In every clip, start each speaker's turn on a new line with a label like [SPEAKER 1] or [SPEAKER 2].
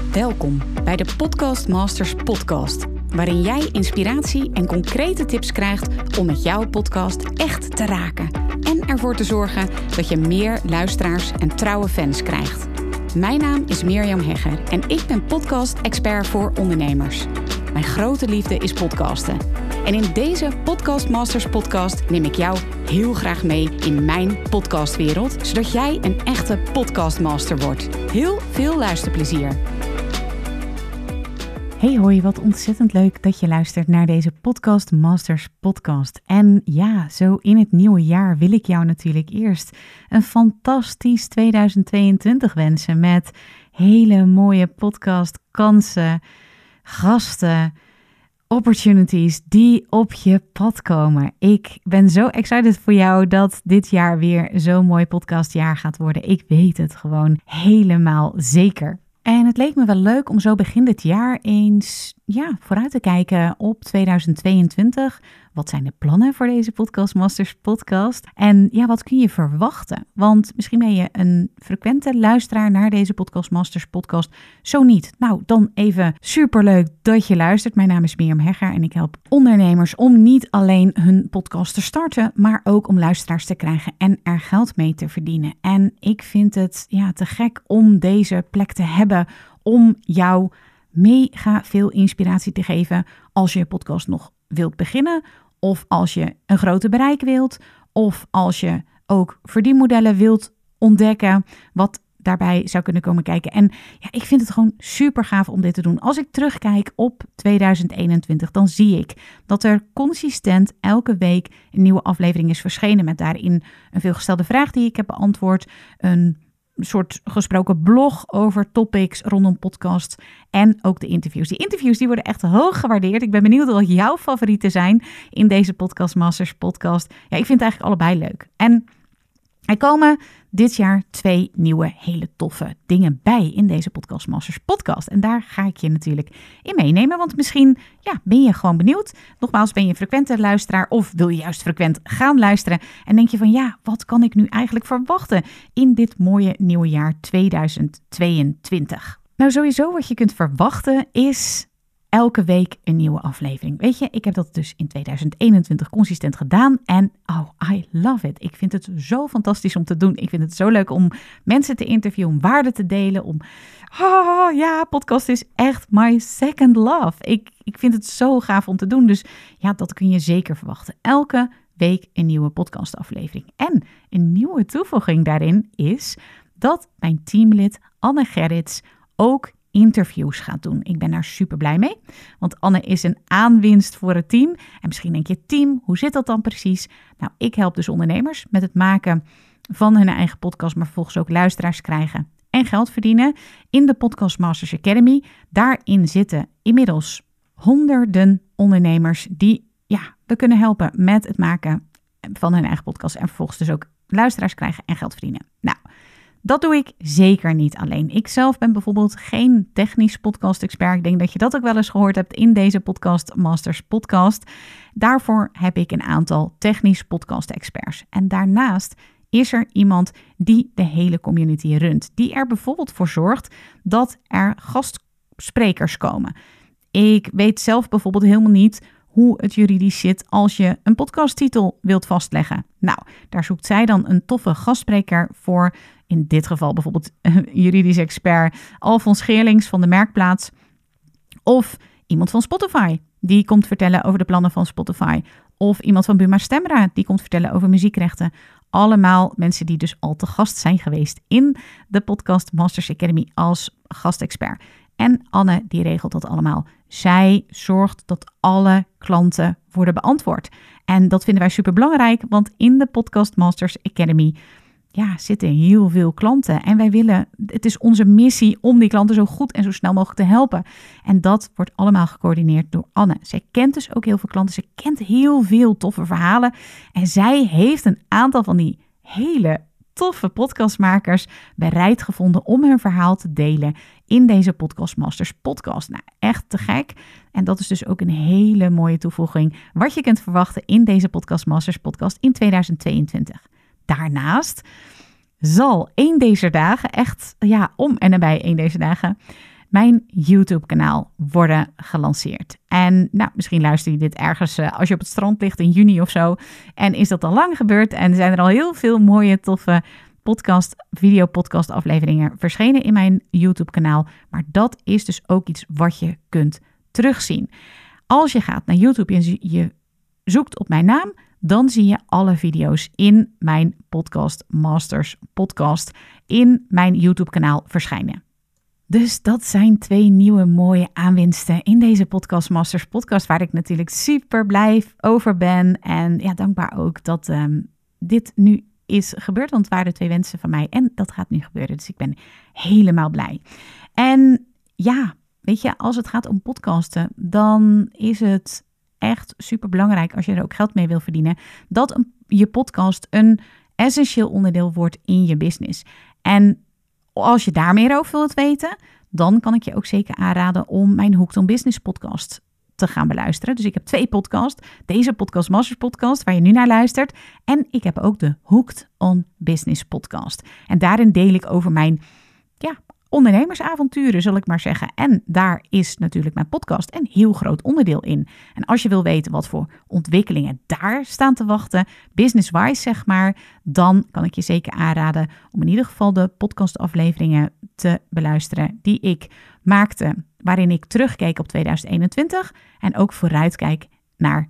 [SPEAKER 1] Welkom bij de Podcast Masters podcast, waarin jij inspiratie en concrete tips krijgt om met jouw podcast echt te raken en ervoor te zorgen dat je meer luisteraars en trouwe fans krijgt. Mijn naam is Mirjam Hegger en ik ben podcast-expert voor ondernemers. Mijn grote liefde is podcasten. En in deze Podcast Masters podcast neem ik jou heel graag mee in mijn podcastwereld, zodat jij een echte podcastmaster wordt. Heel veel luisterplezier.
[SPEAKER 2] Hey hoi, wat ontzettend leuk dat je luistert naar deze Podcast Masters podcast. En ja, zo in het nieuwe jaar wil ik jou natuurlijk eerst een fantastisch 2022 wensen met hele mooie podcastkansen, gasten, opportunities die op je pad komen. Ik ben zo excited voor jou dat dit jaar weer zo'n mooi podcastjaar gaat worden. Ik weet het gewoon helemaal zeker. En het leek me wel leuk om zo begin dit jaar eens vooruit te kijken op 2022. Wat zijn de plannen voor deze Podcast Masters podcast? En wat kun je verwachten? Want misschien ben je een frequente luisteraar naar deze Podcast Masters podcast. Zo niet. Nou, dan even superleuk dat je luistert. Mijn naam is Mirjam Hegger en ik help ondernemers om niet alleen hun podcast te starten, maar ook om luisteraars te krijgen en er geld mee te verdienen. En ik vind het te gek om deze plek te hebben om jou mega veel inspiratie te geven als je je podcast nog wilt beginnen, of als je een groter bereik wilt, of als je ook verdienmodellen wilt ontdekken, wat daarbij zou kunnen komen kijken. En ik vind het gewoon super gaaf om dit te doen. Als ik terugkijk op 2021, dan zie ik dat er consistent elke week een nieuwe aflevering is verschenen met daarin een veelgestelde vraag die ik heb beantwoord, een soort gesproken blog over topics rondom podcasts en ook de interviews. Die interviews die worden echt hoog gewaardeerd. Ik ben benieuwd wat jouw favorieten zijn in deze Podcast Masters podcast. Ik vind het eigenlijk allebei leuk. En er komen dit jaar 2 nieuwe hele toffe dingen bij in deze Podcast Masters podcast. En daar ga ik je natuurlijk in meenemen, want misschien ben je gewoon benieuwd. Nogmaals, ben je een frequente luisteraar of wil je juist frequent gaan luisteren en denk je van wat kan ik nu eigenlijk verwachten in dit mooie nieuwe jaar 2022? Nou, sowieso wat je kunt verwachten is elke week een nieuwe aflevering. Weet je, ik heb dat dus in 2021 consistent gedaan en I love it. Ik vind het zo fantastisch om te doen. Ik vind het zo leuk om mensen te interviewen, om waarde te delen, podcast is echt my second love. Ik vind het zo gaaf om te doen, dus dat kun je zeker verwachten. Elke week een nieuwe podcastaflevering. En een nieuwe toevoeging daarin is dat mijn teamlid Anne Gerrits ook interviews gaat doen. Ik ben daar super blij mee, want Anne is een aanwinst voor het team. En misschien denk je, team, hoe zit dat dan precies? Nou, ik help dus ondernemers met het maken van hun eigen podcast, maar vervolgens ook luisteraars krijgen en geld verdienen in de Podcast Masters Academy. Daarin zitten inmiddels honderden ondernemers die we kunnen helpen met het maken van hun eigen podcast en vervolgens dus ook luisteraars krijgen en geld verdienen. Nou, dat doe ik zeker niet alleen. Ik zelf ben bijvoorbeeld geen technisch podcast-expert. Ik denk dat je dat ook wel eens gehoord hebt in deze Podcast Masters podcast. Daarvoor heb ik een aantal technisch podcast-experts. En daarnaast is er iemand die de hele community runt. Die er bijvoorbeeld voor zorgt dat er gastsprekers komen. Ik weet zelf bijvoorbeeld helemaal niet hoe het juridisch zit als je een podcasttitel wilt vastleggen. Nou, daar zoekt zij dan een toffe gastspreker voor. In dit geval bijvoorbeeld juridisch expert Alfons Geerlings van de Merkplaats. Of iemand van Spotify, die komt vertellen over de plannen van Spotify. Of iemand van Buma Stemra, die komt vertellen over muziekrechten. Allemaal mensen die dus al te gast zijn geweest in de Podcast Masters Academy als gastexpert. En Anne, die regelt dat allemaal. Zij zorgt dat alle klanten worden beantwoord. En dat vinden wij super belangrijk, want in de Podcast Masters Academy zitten heel veel klanten. En wij willen, het is onze missie om die klanten zo goed en zo snel mogelijk te helpen. En dat wordt allemaal gecoördineerd door Anne. Zij kent dus ook heel veel klanten. Ze kent heel veel toffe verhalen. En zij heeft een aantal van die hele toffe podcastmakers bereid gevonden om hun verhaal te delen in deze Podcast Masters podcast. Nou, echt te gek. En dat is dus ook een hele mooie toevoeging wat je kunt verwachten in deze Podcast Masters podcast in 2022. Daarnaast zal één deze dagen, echt om en nabij één deze dagen, mijn YouTube-kanaal worden gelanceerd. En misschien luister je dit ergens als je op het strand ligt in juni of zo. En is dat al lang gebeurd en zijn er al heel veel mooie, toffe video-podcast afleveringen verschenen in mijn YouTube-kanaal. Maar dat is dus ook iets wat je kunt terugzien. Als je gaat naar YouTube en je zoekt op mijn naam, dan zie je alle video's in mijn Podcast Masters podcast in mijn YouTube-kanaal verschijnen. Dus dat zijn 2 nieuwe mooie aanwinsten in deze Podcast Masters podcast, waar ik natuurlijk super blij over ben. En dankbaar ook dat dit nu is gebeurd, want het waren 2 wensen van mij en dat gaat nu gebeuren. Dus ik ben helemaal blij. En weet je, als het gaat om podcasten, dan is het echt super belangrijk, als je er ook geld mee wil verdienen, dat je podcast een essentieel onderdeel wordt in je business. En als je daar meer over wilt weten, dan kan ik je ook zeker aanraden om mijn Hooked on Business podcast te gaan beluisteren. Dus ik heb 2 podcasts. Deze Podcast Masters podcast, waar je nu naar luistert. En ik heb ook de Hooked on Business podcast. En daarin deel ik over mijn ondernemersavonturen, zal ik maar zeggen. En daar is natuurlijk mijn podcast een heel groot onderdeel in. En als je wil weten wat voor ontwikkelingen daar staan te wachten, business-wise zeg maar, dan kan ik je zeker aanraden om in ieder geval de podcastafleveringen te beluisteren die ik maakte, waarin ik terugkeek op 2021 en ook vooruitkijk naar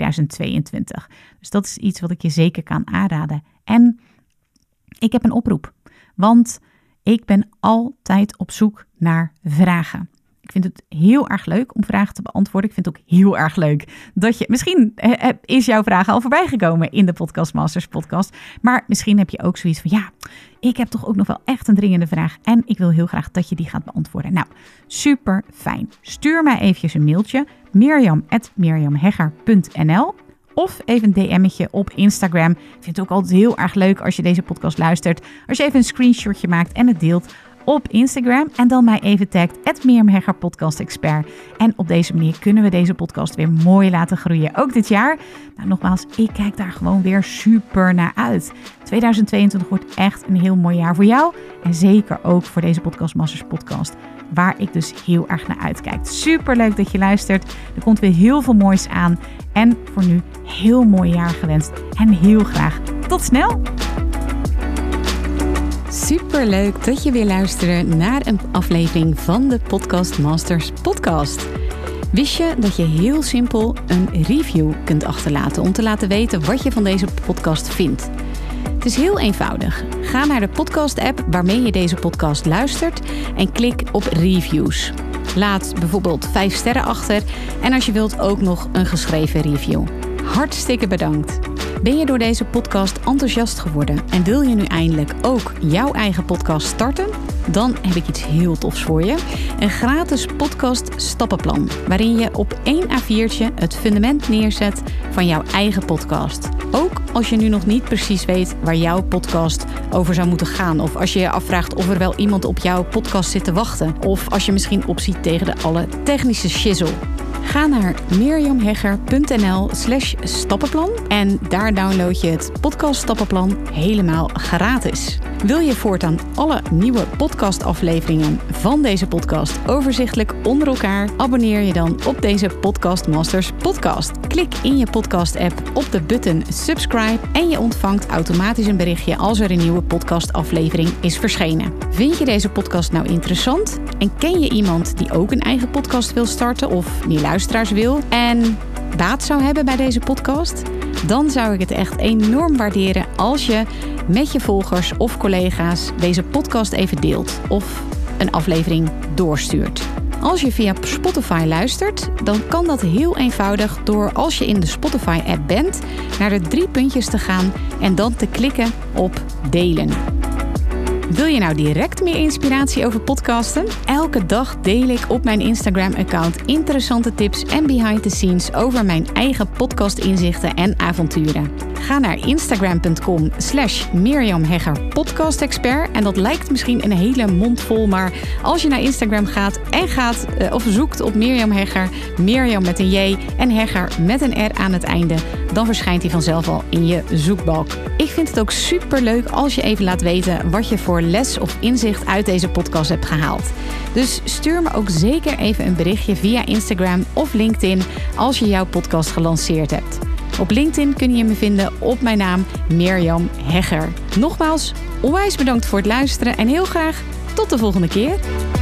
[SPEAKER 2] 2022. Dus dat is iets wat ik je zeker kan aanraden. En ik heb een oproep, want ik ben altijd op zoek naar vragen. Ik vind het heel erg leuk om vragen te beantwoorden. Ik vind het ook heel erg leuk dat je... Misschien is jouw vraag al voorbij gekomen in de Podcast Masters podcast. Maar misschien heb je ook zoiets van... ik heb toch ook nog wel echt een dringende vraag. En ik wil heel graag dat je die gaat beantwoorden. Nou, super fijn. Stuur mij eventjes een mailtje. Mirjam@mirjamhegger.nl Of even een DM'tje op Instagram. Ik vind het ook altijd heel erg leuk als je deze podcast luistert. Als je even een screenshotje maakt en het deelt op Instagram. En dan mij even tagt @MirjamHegger Podcast Expert. En op deze manier kunnen we deze podcast weer mooi laten groeien. Ook dit jaar. Nou, nogmaals, ik kijk daar gewoon weer super naar uit. 2022 wordt echt een heel mooi jaar voor jou. En zeker ook voor deze Podcast Masters podcast. Waar ik dus heel erg naar uitkijk. Super leuk dat je luistert. Er komt weer heel veel moois aan. En voor nu heel mooi jaar gewenst. En heel graag tot snel.
[SPEAKER 1] Super leuk dat je weer luistert naar een aflevering van de Podcast Masters podcast. Wist je dat je heel simpel een review kunt achterlaten om te laten weten wat je van deze podcast vindt? Het is heel eenvoudig. Ga naar de podcast-app waarmee je deze podcast luistert en klik op reviews. Laat bijvoorbeeld 5 sterren achter en als je wilt ook nog een geschreven review. Hartstikke bedankt. Ben je door deze podcast enthousiast geworden en wil je nu eindelijk ook jouw eigen podcast starten? Dan heb ik iets heel tofs voor je. Een gratis podcast stappenplan, waarin je op 1 A4'tje het fundament neerzet van jouw eigen podcast. Ook als je nu nog niet precies weet waar jouw podcast over zou moeten gaan. Of als je je afvraagt of er wel iemand op jouw podcast zit te wachten. Of als je misschien opziet tegen de alle technische shizzle. Ga naar mirjamhegger.nl/stappenplan en daar download je het podcast stappenplan helemaal gratis. Wil je voortaan alle nieuwe podcastafleveringen van deze podcast overzichtelijk onder elkaar? Abonneer je dan op deze Podcast Masters podcast. Klik in je podcast app op de button subscribe en je ontvangt automatisch een berichtje als er een nieuwe podcastaflevering is verschenen. Vind je deze podcast nou interessant? En ken je iemand die ook een eigen podcast wil starten of die luisteraars wil en baat zou hebben bij deze podcast? Dan zou ik het echt enorm waarderen als je met je volgers of collega's deze podcast even deelt of een aflevering doorstuurt. Als je via Spotify luistert, dan kan dat heel eenvoudig door als je in de Spotify-app bent, naar de 3 puntjes te gaan en dan te klikken op delen. Wil je nou direct meer inspiratie over podcasten? Elke dag deel ik op mijn Instagram-account interessante tips en behind the scenes over mijn eigen podcast-inzichten en avonturen. Ga naar instagram.com/Mirjam Hegger podcastexpert. En dat lijkt misschien een hele mond vol, maar als je naar Instagram gaat of zoekt op Mirjam Hegger, Mirjam met een J en Hegger met een R aan het einde, dan verschijnt hij vanzelf al in je zoekbalk. Ik vind het ook superleuk als je even laat weten wat je voor les of inzicht uit deze podcast hebt gehaald. Dus stuur me ook zeker even een berichtje via Instagram of LinkedIn als je jouw podcast gelanceerd hebt. Op LinkedIn kun je me vinden op mijn naam Mirjam Hegger. Nogmaals, onwijs bedankt voor het luisteren en heel graag tot de volgende keer.